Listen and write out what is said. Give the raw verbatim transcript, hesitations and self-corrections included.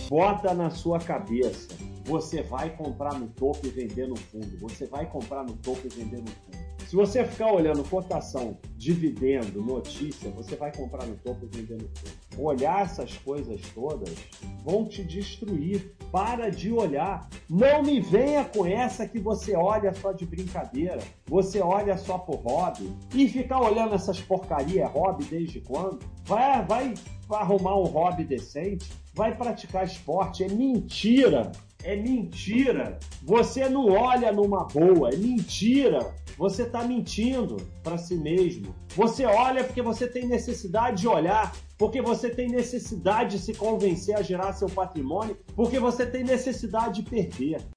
Bota na sua cabeça, você vai comprar no topo e vender no fundo, você vai comprar no topo e vender no fundo. Se você ficar olhando cotação, dividendo, notícia, você vai comprar no topo e vender no fundo. Olhar essas coisas todas vão te destruir. Para de olhar. Não me venha com essa que você olha só de brincadeira, você olha só por hobby. E ficar olhando essas porcarias, hobby desde quando? Vai, vai arrumar um hobby decente, vai praticar esporte. É mentira. É mentira. Você não olha numa boa. É mentira. Você está mentindo para si mesmo. Você olha porque você tem necessidade de olhar, porque você tem necessidade de se convencer a gerar seu patrimônio, porque você tem necessidade de perder.